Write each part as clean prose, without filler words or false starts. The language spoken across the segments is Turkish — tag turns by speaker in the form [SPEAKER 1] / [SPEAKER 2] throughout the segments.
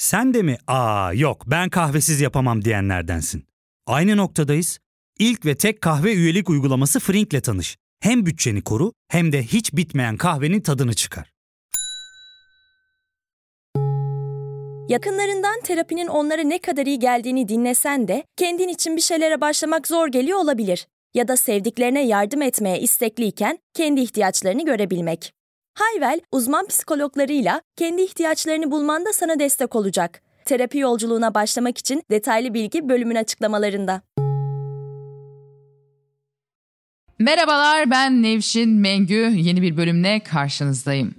[SPEAKER 1] Sen de mi yok ben kahvesiz yapamam diyenlerdensin? Aynı noktadayız. İlk ve tek kahve üyelik uygulaması Frink'le tanış. Hem bütçeni koru hem de hiç bitmeyen kahvenin tadını çıkar.
[SPEAKER 2] Yakınlarından terapinin onlara ne kadar iyi geldiğini dinlesen de kendin için bir şeylere başlamak zor geliyor olabilir. Ya da sevdiklerine yardım etmeye istekliyken kendi ihtiyaçlarını görebilmek. Hayvel, uzman psikologlarıyla kendi ihtiyaçlarını bulmanda sana destek olacak. Terapi yolculuğuna başlamak için detaylı bilgi bölümün açıklamalarında.
[SPEAKER 3] Merhabalar, ben Nevşin Mengü. Yeni bir bölümle karşınızdayım.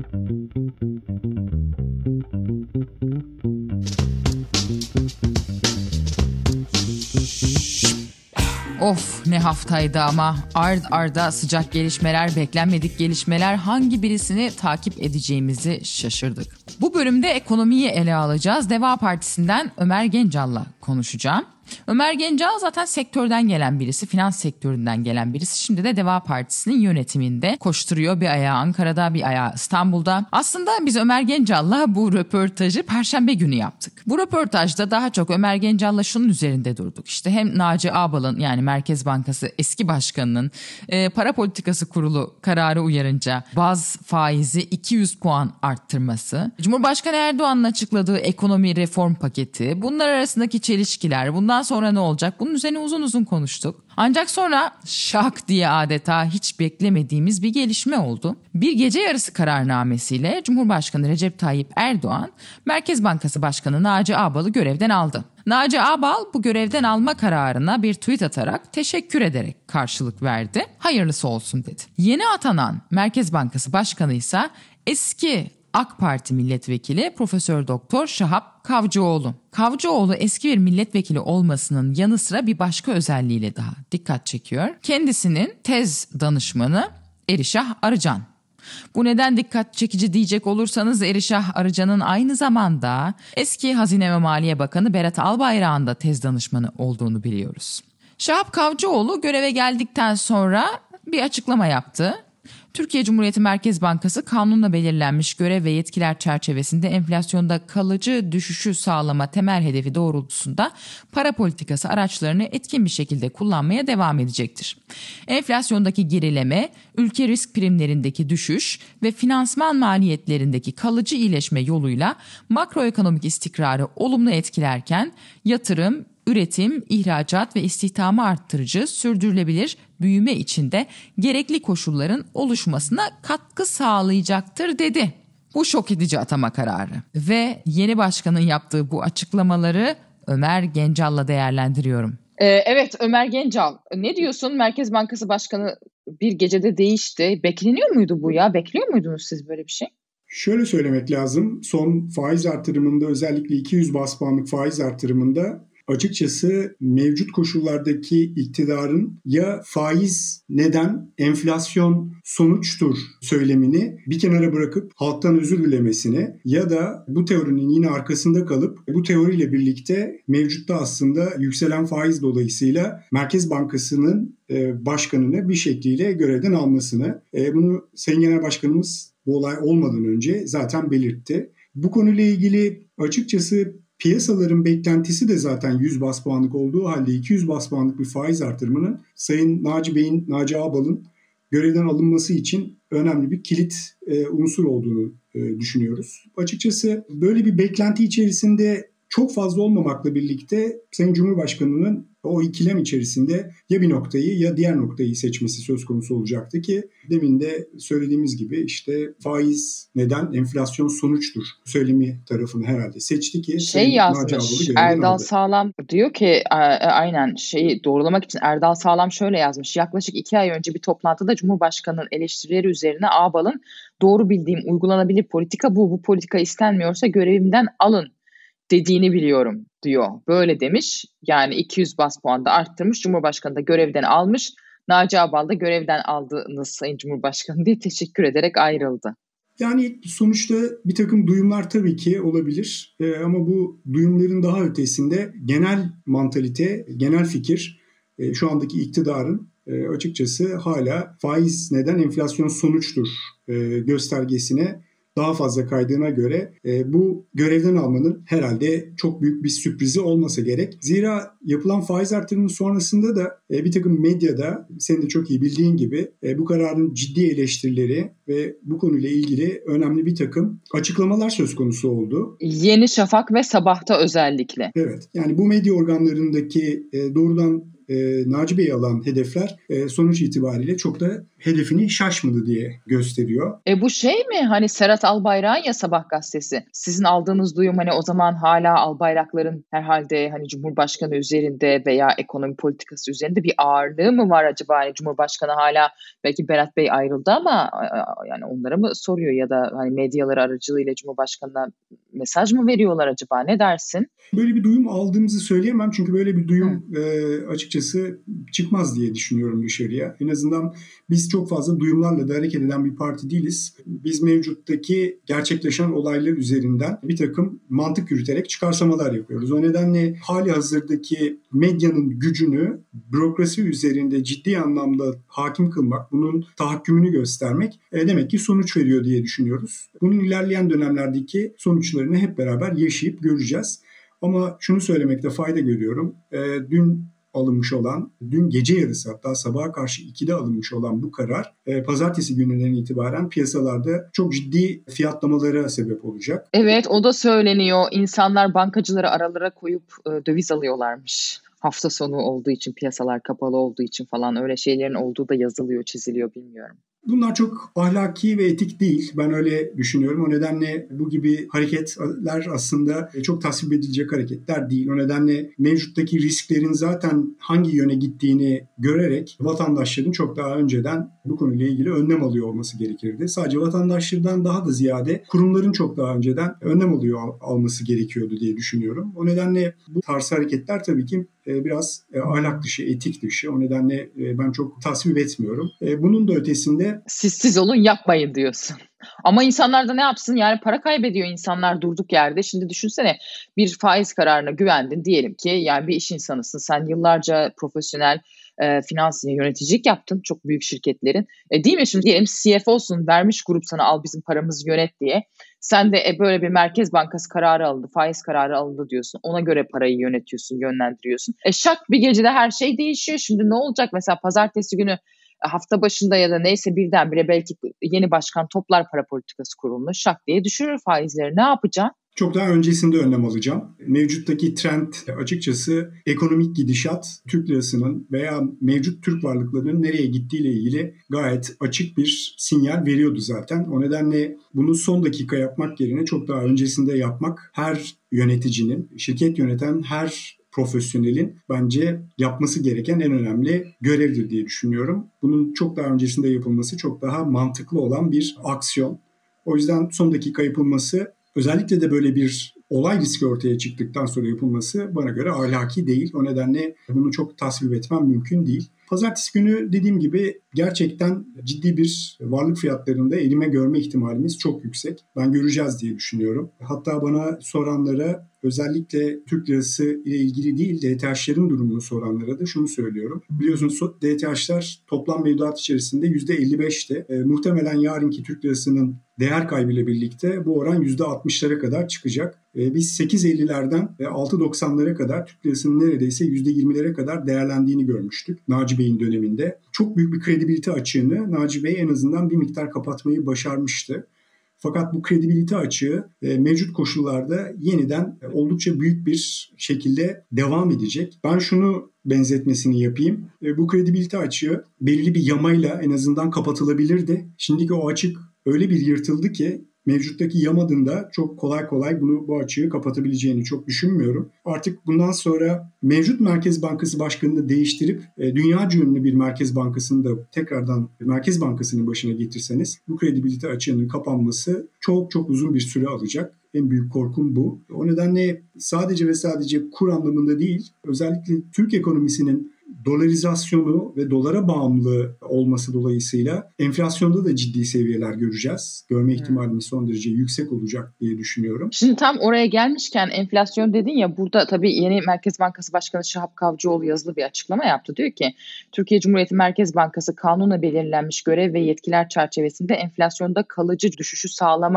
[SPEAKER 3] Of, ne haftaydı ama ard arda sıcak gelişmeler, beklenmedik gelişmeler, hangi birisini takip edeceğimizi şaşırdık. Bu bölümde ekonomiyi ele alacağız. Deva Partisi'nden Ömer Gencal'la konuşacağım. Ömer Gencal zaten sektörden gelen birisi, finans sektöründen gelen birisi. Şimdi de Deva Partisi'nin yönetiminde koşturuyor. Bir ayağı Ankara'da, bir ayağı İstanbul'da. Aslında biz Ömer Gencal'la bu röportajı Perşembe günü yaptık. Bu röportajda daha çok Ömer Gencal'la şunun üzerinde durduk. İşte hem Naci Ağbal'ın, yani Merkez Bankası eski başkanının para politikası kurulu kararı uyarınca baz faizi 200 puan arttırması, Cumhurbaşkanı Erdoğan'ın açıkladığı ekonomi reform paketi, bunlar arasındaki çelişkiler, bundan sonra ne olacak? Bunun üzerine uzun uzun konuştuk. Ancak sonra şak diye adeta hiç beklemediğimiz bir gelişme oldu. Bir gece yarısı kararnamesiyle Cumhurbaşkanı Recep Tayyip Erdoğan, Merkez Bankası Başkanı Naci Ağbal'ı görevden aldı. Naci Ağbal bu görevden alma kararına bir tweet atarak teşekkür ederek karşılık verdi. Hayırlısı olsun dedi. Yeni atanan Merkez Bankası Başkanı ise eski AK Parti milletvekili Profesör Doktor Şahap Kavcıoğlu. Kavcıoğlu eski bir milletvekili olmasının yanı sıra bir başka özelliğiyle daha dikkat çekiyor. Kendisinin tez danışmanı Erişah Arıcan. Bu neden dikkat çekici diyecek olursanız Erişah Arıcan'ın aynı zamanda eski Hazine ve Maliye Bakanı Berat Albayrak'ın da tez danışmanı olduğunu biliyoruz. Şahap Kavcıoğlu göreve geldikten sonra bir açıklama yaptı. Türkiye Cumhuriyeti Merkez Bankası kanunla belirlenmiş görev ve yetkiler çerçevesinde enflasyonda kalıcı düşüşü sağlama temel hedefi doğrultusunda para politikası araçlarını etkin bir şekilde kullanmaya devam edecektir. Enflasyondaki gerileme, ülke risk primlerindeki düşüş ve finansman maliyetlerindeki kalıcı iyileşme yoluyla makroekonomik istikrarı olumlu etkilerken yatırım, üretim, ihracat ve istihdamı arttırıcı, sürdürülebilir büyüme içinde gerekli koşulların oluşmasına katkı sağlayacaktır dedi. Bu şok edici atama kararı ve yeni başkanın yaptığı bu açıklamaları Ömer Gencal'la değerlendiriyorum. Evet, Ömer Gencal, ne diyorsun? Merkez Bankası Başkanı bir gecede değişti. Bekleniyor muydu bu ya? Bekliyor muydunuz siz böyle bir şey?
[SPEAKER 4] Şöyle söylemek lazım. Son faiz artırımında, özellikle 200 bas puanlık faiz artırımında açıkçası mevcut koşullardaki iktidarın ya faiz neden enflasyon sonuçtur söylemini bir kenara bırakıp halktan özür dilemesini ya da bu teorinin yine arkasında kalıp bu teoriyle birlikte mevcutta aslında yükselen faiz dolayısıyla Merkez Bankası'nın başkanını bir şekliyle görevden almasını, bunu Sayın Genel Başkanımız bu olay olmadan önce zaten belirtti. Bu konuyla ilgili açıkçası piyasaların beklentisi de zaten 100 bas puanlık olduğu halde 200 bas puanlık bir faiz artırımının Sayın Naci Ağbal'ın görevden alınması için önemli bir kilit unsur olduğunu düşünüyoruz. Açıkçası böyle bir beklenti içerisinde çok fazla olmamakla birlikte Sayın Cumhurbaşkanı'nın o ikilem içerisinde ya bir noktayı ya diğer noktayı seçmesi söz konusu olacaktı ki demin de söylediğimiz gibi işte faiz neden enflasyon sonuçtur söylemi tarafını herhalde seçti ki
[SPEAKER 3] yazmış Erdal Sağlam diyor ki aynen doğrulamak için Erdal Sağlam şöyle yazmış: yaklaşık 2 ay önce bir toplantıda Cumhurbaşkanı'nın eleştirileri üzerine Ağbal'ın doğru bildiğim uygulanabilir politika bu politika istenmiyorsa görevimden alın dediğini biliyorum diyor. Böyle demiş. Yani 200 bas puan da arttırmış. Cumhurbaşkanı da görevden almış. Naci Ağbal da görevden aldığınız Sayın Cumhurbaşkanı diye teşekkür ederek ayrıldı.
[SPEAKER 4] Yani sonuçta bir takım duyumlar tabii ki olabilir. Ama bu duyumların daha ötesinde genel mantalite, genel fikir şu andaki iktidarın açıkçası hala faiz neden enflasyon sonuçtur göstergesine daha fazla kaydığına göre bu görevden almanın herhalde çok büyük bir sürprizi olmasa gerek. Zira yapılan faiz artırımının sonrasında da bir takım medyada senin de çok iyi bildiğin gibi bu kararın ciddi eleştirileri ve bu konuyla ilgili önemli bir takım açıklamalar söz konusu oldu.
[SPEAKER 3] Yeni Şafak ve Sabah'ta özellikle.
[SPEAKER 4] Evet, yani bu medya organlarındaki doğrudan Naci Bey'i alan hedefler sonuç itibariyle çok da hedefini şaşmadı diye gösteriyor.
[SPEAKER 3] Bu şey mi, hani Serhat Albayrak'ın ya Sabah gazetesi. Sizin aldığınız duyum hani o zaman hala Albayrakların herhalde hani Cumhurbaşkanı üzerinde veya ekonomi politikası üzerinde bir ağırlığı mı var acaba? Hani Cumhurbaşkanı hala, belki Berat Bey ayrıldı ama yani onlara mı soruyor ya da hani medyaları aracılığıyla Cumhurbaşkanı'na mesaj mı veriyorlar acaba? Ne dersin?
[SPEAKER 4] Böyle bir duyum aldığımızı söyleyemem çünkü böyle bir duyum açıkçası çıkmaz diye düşünüyorum dışarıya. En azından biz çok fazla duyumlarla da hareket eden bir parti değiliz. Biz mevcuttaki gerçekleşen olaylar üzerinden bir takım mantık yürüterek çıkarsamalar yapıyoruz. O nedenle hali hazırdaki medyanın gücünü bürokrasi üzerinde ciddi anlamda hakim kılmak, bunun tahakkümünü göstermek demek ki sonuç veriyor diye düşünüyoruz. Bunun ilerleyen dönemlerdeki sonuçlarını hep beraber yaşayıp göreceğiz. Ama şunu söylemekte fayda görüyorum. Dün gece yarısı, hatta sabaha karşı 2'de alınmış olan bu karar pazartesi gününden itibaren piyasalarda çok ciddi fiyatlamalara sebep olacak.
[SPEAKER 3] Evet, o da söyleniyor. İnsanlar bankacıları aralara koyup döviz alıyorlarmış. Hafta sonu olduğu için, piyasalar kapalı olduğu için falan, öyle şeylerin olduğu da yazılıyor, çiziliyor, bilmiyorum.
[SPEAKER 4] Bunlar çok ahlaki ve etik değil. Ben öyle düşünüyorum. O nedenle bu gibi hareketler aslında çok tasvip edilecek hareketler değil. O nedenle mevcuttaki risklerin zaten hangi yöne gittiğini görerek vatandaşların çok daha önceden bu konuyla ilgili önlem alıyor olması gerekirdi. Sadece vatandaşlardan daha da ziyade kurumların çok daha önceden önlem alması gerekiyordu diye düşünüyorum. O nedenle bu tarz hareketler tabii ki biraz ahlak dışı, etik dışı. O nedenle ben çok tasvip etmiyorum. Bunun da ötesinde
[SPEAKER 3] siz olun, yapmayın diyorsun. Ama insanlar da ne yapsın? Yani para kaybediyor insanlar durduk yerde. Şimdi düşünsene, bir faiz kararına güvendin diyelim ki, yani bir iş insanısın. Sen yıllarca profesyonel finans yöneticilik yaptın çok büyük şirketlerin. Değil mi? Şimdi diyelim CFO'sun, vermiş grup sana, al bizim paramızı yönet diye. Sen de böyle bir Merkez Bankası kararı alındı, faiz kararı alındı diyorsun. Ona göre parayı yönetiyorsun, yönlendiriyorsun. Şak bir gecede her şey değişiyor. Şimdi ne olacak? Mesela pazartesi günü, hafta başında ya da neyse birdenbire belki yeni başkan toplar para politikası kurulunu, şak diye düşürür faizleri. Ne yapacaksın?
[SPEAKER 4] Çok daha öncesinde önlem alacağım. Mevcuttaki trend açıkçası ekonomik gidişat, Türk lirasının veya mevcut Türk varlıklarının nereye gittiğiyle ilgili gayet açık bir sinyal veriyordu zaten. O nedenle bunu son dakika yapmak yerine çok daha öncesinde yapmak her yöneticinin, şirket yöneten her profesyonelin bence yapması gereken en önemli görevdir diye düşünüyorum. Bunun çok daha öncesinde yapılması çok daha mantıklı olan bir aksiyon. O yüzden son dakika yapılması, özellikle de böyle bir olay riski ortaya çıktıktan sonra yapılması bana göre ahlaki değil. O nedenle bunu çok tasvip etmem mümkün değil. Pazartesi günü dediğim gibi gerçekten ciddi bir varlık fiyatlarında erime görme ihtimalimiz çok yüksek. Ben göreceğiz diye düşünüyorum. Hatta bana soranlara, özellikle Türk lirası ile ilgili değil DTH'lerin durumunu soranlara da şunu söylüyorum. Biliyorsunuz DTH'ler toplam mevduat içerisinde %55'ti. Muhtemelen yarınki Türk lirasının değer kaybıyla birlikte bu oran %60'lara kadar çıkacak. Biz 8.50'lerden 6.90'lara kadar Türk lirasının neredeyse %20'lere kadar değerlendiğini görmüştük Naci Bey'in döneminde. Çok büyük bir kredibilite açığını Naci Bey en azından bir miktar kapatmayı başarmıştı. Fakat bu kredibilite açığı mevcut koşullarda yeniden oldukça büyük bir şekilde devam edecek. Ben şunu benzetmesini yapayım. Bu kredibilite açığı belirli bir yamayla en azından kapatılabilirdi. Şimdiki o açık öyle bir yırtıldı ki mevcuttaki yamadın da çok kolay bu açığı kapatabileceğini çok düşünmüyorum. Artık bundan sonra mevcut Merkez Bankası Başkanı'nı değiştirip dünyaca ünlü bir Merkez Bankası'nı da tekrardan Merkez Bankası'nın başına getirseniz bu kredibilite açığının kapanması çok uzun bir süre alacak. En büyük korkum bu. O nedenle sadece ve sadece kur anlamında değil, özellikle Türk ekonomisinin dolarizasyonu ve dolara bağımlı olması dolayısıyla enflasyonda da ciddi seviyeler göreceğiz. Görme ihtimalimiz son derece yüksek olacak diye düşünüyorum.
[SPEAKER 3] Şimdi tam oraya gelmişken enflasyon dedin ya, burada tabii yeni Merkez Bankası Başkanı Şahap Kavcıoğlu yazılı bir açıklama yaptı. Diyor ki Türkiye Cumhuriyeti Merkez Bankası kanunla belirlenmiş görev ve yetkiler çerçevesinde enflasyonda kalıcı düşüşü sağlama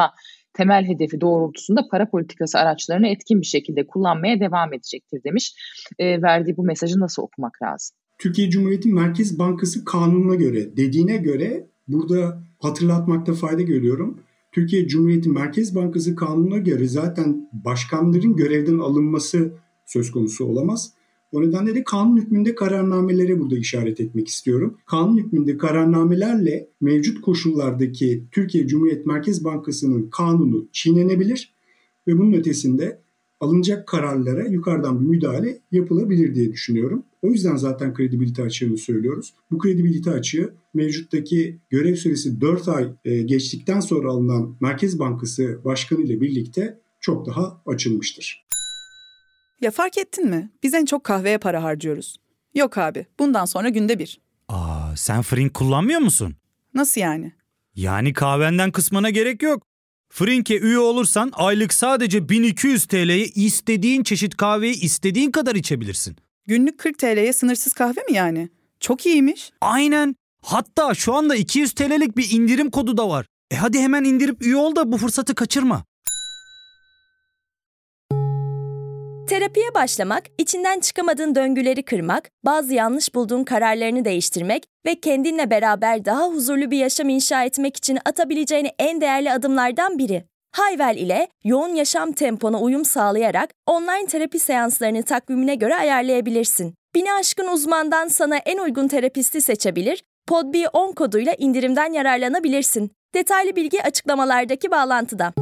[SPEAKER 3] temel hedefi doğrultusunda para politikası araçlarını etkin bir şekilde kullanmaya devam edecektir demiş. Verdiği bu mesajı nasıl okumak lazım?
[SPEAKER 4] Türkiye Cumhuriyeti Merkez Bankası kanununa göre dediğine göre burada hatırlatmakta fayda görüyorum. Türkiye Cumhuriyeti Merkez Bankası kanununa göre zaten başkanların görevden alınması söz konusu olamaz. O nedenle de kanun hükmünde kararnamelere burada işaret etmek istiyorum. Kanun hükmünde kararnamelerle mevcut koşullardaki Türkiye Cumhuriyet Merkez Bankası'nın kanunu çiğnenebilir ve bunun ötesinde alınacak kararlara yukarıdan bir müdahale yapılabilir diye düşünüyorum. O yüzden zaten kredibilite açığını söylüyoruz. Bu kredibilite açığı mevcuttaki görev süresi 4 ay geçtikten sonra alınan Merkez Bankası Başkanı ile birlikte çok daha açılmıştır.
[SPEAKER 5] Ya fark ettin mi? Biz en çok kahveye para harcıyoruz. Yok abi, bundan sonra günde bir.
[SPEAKER 1] Sen Frink kullanmıyor musun?
[SPEAKER 5] Nasıl yani?
[SPEAKER 1] Yani kahvenden kısmına gerek yok. Frink'e üye olursan aylık sadece 1200 TL'ye istediğin çeşit kahveyi istediğin kadar içebilirsin.
[SPEAKER 5] Günlük 40 TL'ye sınırsız kahve mi yani? Çok iyiymiş.
[SPEAKER 1] Aynen. Hatta şu anda 200 TL'lik bir indirim kodu da var. Hadi hemen indirip üye ol da bu fırsatı kaçırma.
[SPEAKER 2] Terapiye başlamak, içinden çıkamadığın döngüleri kırmak, bazı yanlış bulduğun kararlarını değiştirmek ve kendinle beraber daha huzurlu bir yaşam inşa etmek için atabileceğin en değerli adımlardan biri. Hayvel ile yoğun yaşam tempona uyum sağlayarak online terapi seanslarını takvimine göre ayarlayabilirsin. 1000'i aşkın uzmandan sana en uygun terapisti seçebilir, PODB10 koduyla indirimden yararlanabilirsin. Detaylı bilgi açıklamalardaki bağlantıda.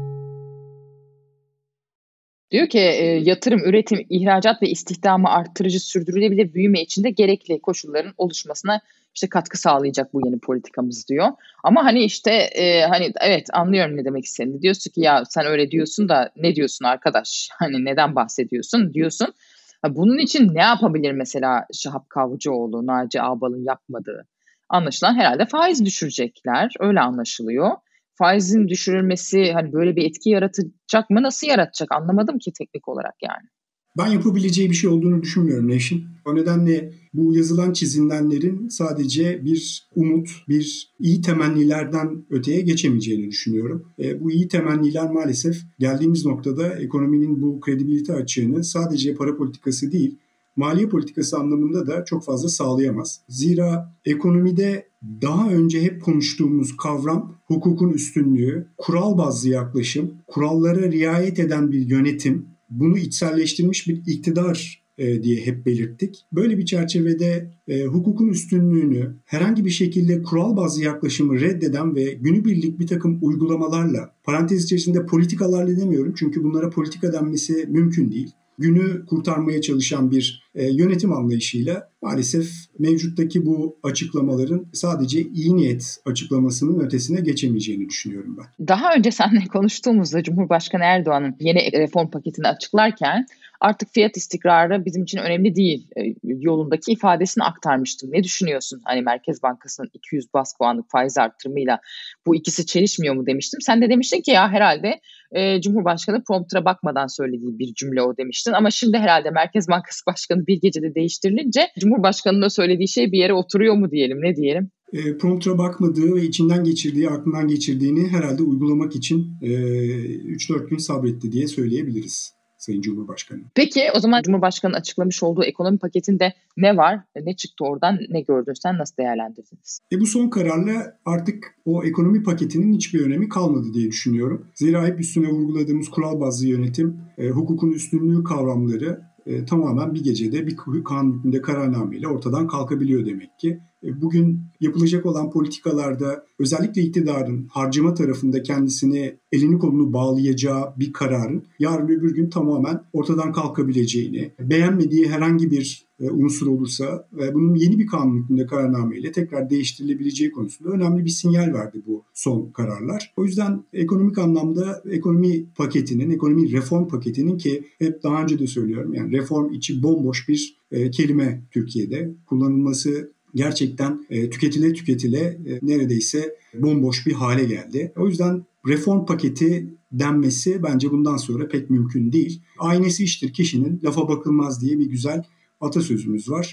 [SPEAKER 3] Diyor ki yatırım, üretim, ihracat ve istihdamı arttırıcı sürdürülebilir büyüme için de gerekli koşulların oluşmasına katkı sağlayacak bu yeni politikamız diyor. Ama hani hani evet anlıyorum ne demek istediğini. Diyorsun ki ya sen öyle diyorsun da ne diyorsun arkadaş? Hani neden bahsediyorsun diyorsun. Bunun için ne yapabilir mesela Şahap Kavcıoğlu, Naci Ağbal'ın yapmadığı? Anlaşılan herhalde faiz düşürecekler. Öyle anlaşılıyor. Faizin düşürülmesi hani böyle bir etki yaratacak mı? Nasıl yaratacak? Anlamadım ki teknik olarak yani.
[SPEAKER 4] Ben yapabileceği bir şey olduğunu düşünmüyorum Nevşin. O nedenle bu yazılan çizilenlerin sadece bir umut, bir iyi temennilerden öteye geçemeyeceğini düşünüyorum. Bu iyi temenniler maalesef geldiğimiz noktada ekonominin bu kredibilite açığını sadece para politikası değil, maliye politikası anlamında da çok fazla sağlayamaz. Zira ekonomide daha önce hep konuştuğumuz kavram hukukun üstünlüğü, kural bazlı yaklaşım, kurallara riayet eden bir yönetim, bunu içselleştirmiş bir iktidar diye hep belirttik. Böyle bir çerçevede hukukun üstünlüğünü herhangi bir şekilde kural bazlı yaklaşımı reddeden ve günübirlik bir takım uygulamalarla, parantez içerisinde politikalarla demiyorum çünkü bunlara politika denmesi mümkün değil, günü kurtarmaya çalışan bir yönetim anlayışıyla maalesef mevcuttaki bu açıklamaların sadece iyi niyet açıklamasının ötesine geçemeyeceğini düşünüyorum ben.
[SPEAKER 3] Daha önce seninle konuştuğumuzda Cumhurbaşkanı Erdoğan'ın yeni reform paketini açıklarken artık fiyat istikrarı bizim için önemli değil yolundaki ifadesini aktarmıştım. Ne düşünüyorsun? Hani Merkez Bankası'nın 200 bas puanlık faiz artırımıyla bu ikisi çelişmiyor mu demiştim. Sen de demiştin ki ya herhalde Cumhurbaşkanı promptura bakmadan söylediği bir cümle o demiştin. Ama şimdi herhalde Merkez Bankası Başkanı bir gecede değiştirilince Cumhurbaşkanı'nın söylediği şey bir yere oturuyor mu diyelim, ne diyelim?
[SPEAKER 4] Promptura bakmadığı ve içinden geçirdiği, aklından geçirdiğini herhalde uygulamak için 3-4 gün sabretti diye söyleyebiliriz Sayın Cumhurbaşkanı.
[SPEAKER 3] Peki o zaman Cumhurbaşkanı'nın açıklamış olduğu ekonomi paketinde ne var? Ne çıktı oradan? Ne gördün sen? Nasıl değerlendirdiniz?
[SPEAKER 4] Bu son kararla artık o ekonomi paketinin hiçbir önemi kalmadı diye düşünüyorum. Zira hep üstüne vurguladığımız kural bazlı yönetim, hukukun üstünlüğü kavramları tamamen bir gecede bir kanun hükmünde kararnameyle ortadan kalkabiliyor demek ki. Bugün yapılacak olan politikalarda özellikle iktidarın harcama tarafında kendisine elini kolunu bağlayacağı bir kararın yarın öbür gün tamamen ortadan kalkabileceğini, beğenmediği herhangi bir unsur olursa bunun yeni bir kanun hükmünde kararnameyle tekrar değiştirilebileceği konusunda önemli bir sinyal verdi bu son kararlar. O yüzden ekonomik anlamda ekonomi paketinin, ekonomi reform paketinin ki hep daha önce de söylüyorum yani reform içi bomboş bir kelime Türkiye'de kullanılması gerçekten tüketile neredeyse bomboş bir hale geldi. O yüzden reform paketi denmesi bence bundan sonra pek mümkün değil. Aynesi iştir kişinin, lafa bakılmaz diye bir güzel atasözümüz var.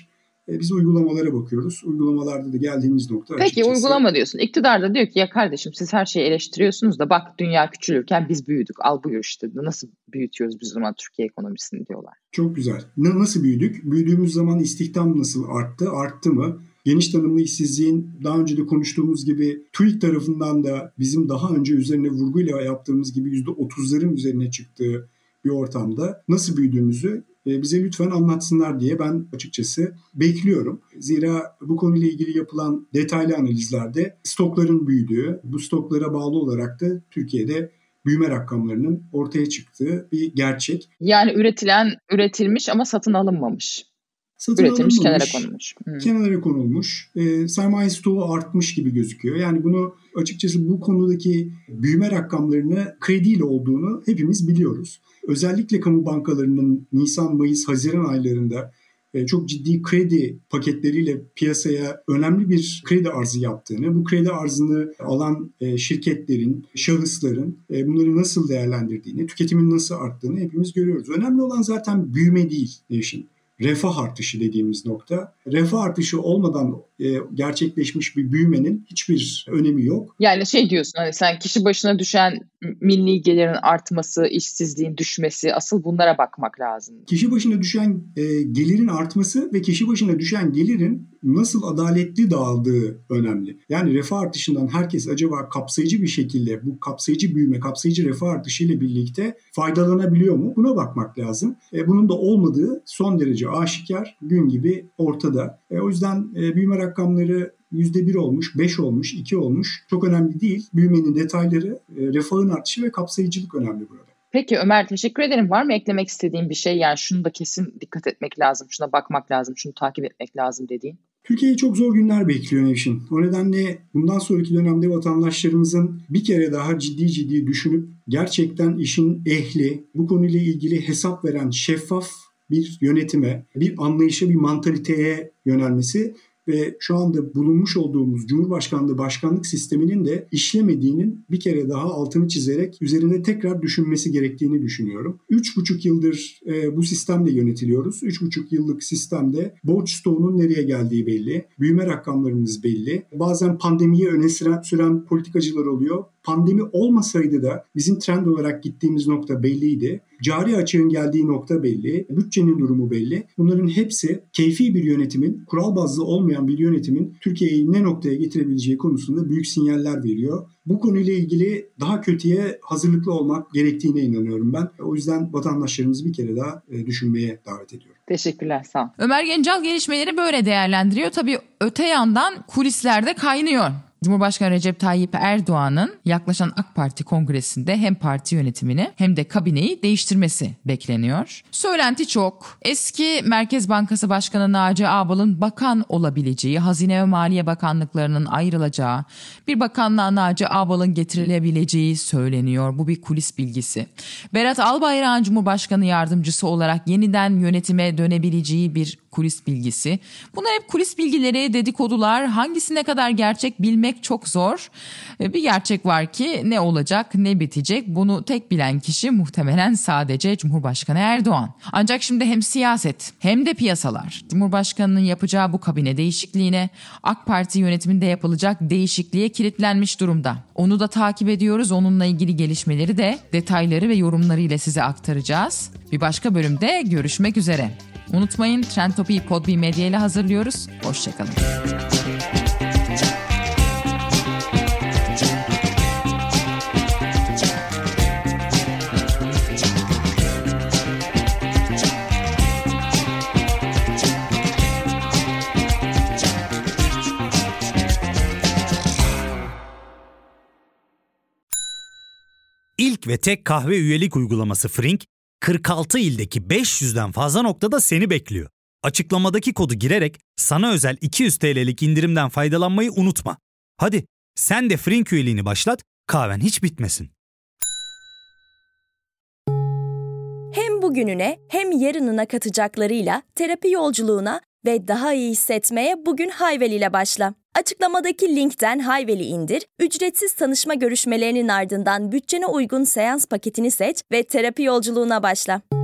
[SPEAKER 4] Biz uygulamalara bakıyoruz. Uygulamalarda da geldiğimiz nokta
[SPEAKER 3] Peki
[SPEAKER 4] açıkçası.
[SPEAKER 3] uygulama diyorsun. İktidar da diyor ki ya kardeşim siz her şeyi eleştiriyorsunuz da bak dünya küçülürken biz büyüdük. Al buyur işte nasıl büyütüyoruz biz o zaman Türkiye ekonomisini diyorlar.
[SPEAKER 4] Çok güzel. Nasıl büyüdük? Büyüdüğümüz zaman istihdam nasıl arttı? Arttı mı? Geniş tanımlı işsizliğin daha önce de konuştuğumuz gibi TÜİK tarafından da bizim daha önce üzerine vurguyla yaptığımız gibi %30'ların üzerine çıktığı bir ortamda nasıl büyüdüğümüzü bize lütfen anlatsınlar diye ben açıkçası bekliyorum. Zira bu konuyla ilgili yapılan detaylı analizlerde stokların büyüdüğü, bu stoklara bağlı olarak da Türkiye'de büyüme rakamlarının ortaya çıktığı bir gerçek.
[SPEAKER 3] Yani üretilmiş ama satın alınmamış. Üretilmiş, kenara konulmuş.
[SPEAKER 4] Kenara konulmuş. Sermaye stoğu artmış gibi gözüküyor. Yani bunu açıkçası bu konudaki büyüme rakamlarını krediyle olduğunu hepimiz biliyoruz. Özellikle kamu bankalarının Nisan, Mayıs, Haziran aylarında çok ciddi kredi paketleriyle piyasaya önemli bir kredi arzı yaptığını, bu kredi arzını alan şirketlerin, şahısların bunları nasıl değerlendirdiğini, tüketimin nasıl arttığını hepimiz görüyoruz. Önemli olan zaten büyüme değil Nevşin. Refah artışı dediğimiz nokta. Refah artışı olmadan gerçekleşmiş bir büyümenin hiçbir önemi yok.
[SPEAKER 3] Yani diyorsun hani sen kişi başına düşen milli gelirin artması, işsizliğin düşmesi asıl bunlara bakmak lazım.
[SPEAKER 4] Kişi başına düşen gelirin artması ve kişi başına düşen gelirin nasıl adaletli dağıldığı önemli. Yani refah artışından herkes acaba kapsayıcı bir şekilde bu kapsayıcı büyüme, kapsayıcı refah artışı ile birlikte faydalanabiliyor mu? Buna bakmak lazım. Bunun da olmadığı son derece aşikar, gün gibi ortada. O yüzden büyüme rakamları %1 olmuş, 5 olmuş, 2 olmuş çok önemli değil. Büyümenin detayları, refahın artışı ve kapsayıcılık önemli burada.
[SPEAKER 3] Peki Ömer teşekkür ederim. Var mı eklemek istediğin bir şey? Yani şunu da kesin dikkat etmek lazım, şuna bakmak lazım, şunu takip etmek lazım dediğin.
[SPEAKER 4] Türkiye'yi çok zor günler bekliyor Nevşin. O nedenle bundan sonraki dönemde vatandaşlarımızın bir kere daha ciddi düşünüp gerçekten işin ehli, bu konuyla ilgili hesap veren şeffaf bir yönetime, bir anlayışa, bir mantaliteye yönelmesi ve şu anda bulunmuş olduğumuz Cumhurbaşkanlığı başkanlık sisteminin de işlemediğinin bir kere daha altını çizerek üzerinde tekrar düşünmesi gerektiğini düşünüyorum. 3,5 yıldır bu sistemle yönetiliyoruz. 3,5 yıllık sistemde borç stoğunun nereye geldiği belli, büyüme rakamlarımız belli. Bazen pandemiyi öne süren politikacılar oluyor. Pandemi olmasaydı da bizim trend olarak gittiğimiz nokta belliydi. Cari açığın geldiği nokta belli, bütçenin durumu belli. Bunların hepsi keyfi bir yönetimin, kural bazlı olmayan bir yönetimin Türkiye'yi ne noktaya getirebileceği konusunda büyük sinyaller veriyor. Bu konuyla ilgili daha kötüye hazırlıklı olmak gerektiğine inanıyorum ben. O yüzden vatandaşlarımızı bir kere daha düşünmeye davet ediyorum.
[SPEAKER 3] Teşekkürler, sağ ol. Ömer Gencal gelişmeleri böyle değerlendiriyor. Tabii öte yandan kulislerde kaynıyor. Cumhurbaşkanı Recep Tayyip Erdoğan'ın yaklaşan AK Parti kongresinde hem parti yönetimini hem de kabineyi değiştirmesi bekleniyor. Söylenti çok. Eski Merkez Bankası Başkanı Naci Ağbal'ın bakan olabileceği, Hazine ve Maliye Bakanlıklarının ayrılacağı, bir bakanlığa Naci Ağbal'ın getirilebileceği söyleniyor. Bu bir kulis bilgisi. Berat Albayrak'ın Cumhurbaşkanı yardımcısı olarak yeniden yönetime dönebileceği bir kulis bilgisi. Bunlar hep kulis bilgileri, dedikodular. Hangisi ne kadar gerçek bilmek çok zor. Bir gerçek var ki ne olacak, ne bitecek bunu tek bilen kişi muhtemelen sadece Cumhurbaşkanı Erdoğan. Ancak şimdi hem siyaset hem de piyasalar Cumhurbaşkanının yapacağı bu kabine değişikliğine, AK Parti yönetiminde yapılacak değişikliğe kilitlenmiş durumda. Onu da takip ediyoruz. Onunla ilgili gelişmeleri de detayları ve yorumlarıyla size aktaracağız. Bir başka bölümde görüşmek üzere. Unutmayın, Trend Topi'yi Podbi Medya ile hazırlıyoruz. Hoşçakalın.
[SPEAKER 1] İlk ve tek kahve üyelik uygulaması Frink, 46 ildeki 500'den fazla noktada seni bekliyor. Açıklamadaki kodu girerek sana özel 200 TL'lik indirimden faydalanmayı unutma. Hadi sen de Frink üyeliğini başlat, kahven hiç bitmesin.
[SPEAKER 2] Hem bugününe hem yarınına katacaklarıyla terapi yolculuğuna ve daha iyi hissetmeye bugün Hayvel ile başla. Açıklamadaki linkten Hayvel'i indir, ücretsiz tanışma görüşmelerinin ardından bütçene uygun seans paketini seç ve terapi yolculuğuna başla.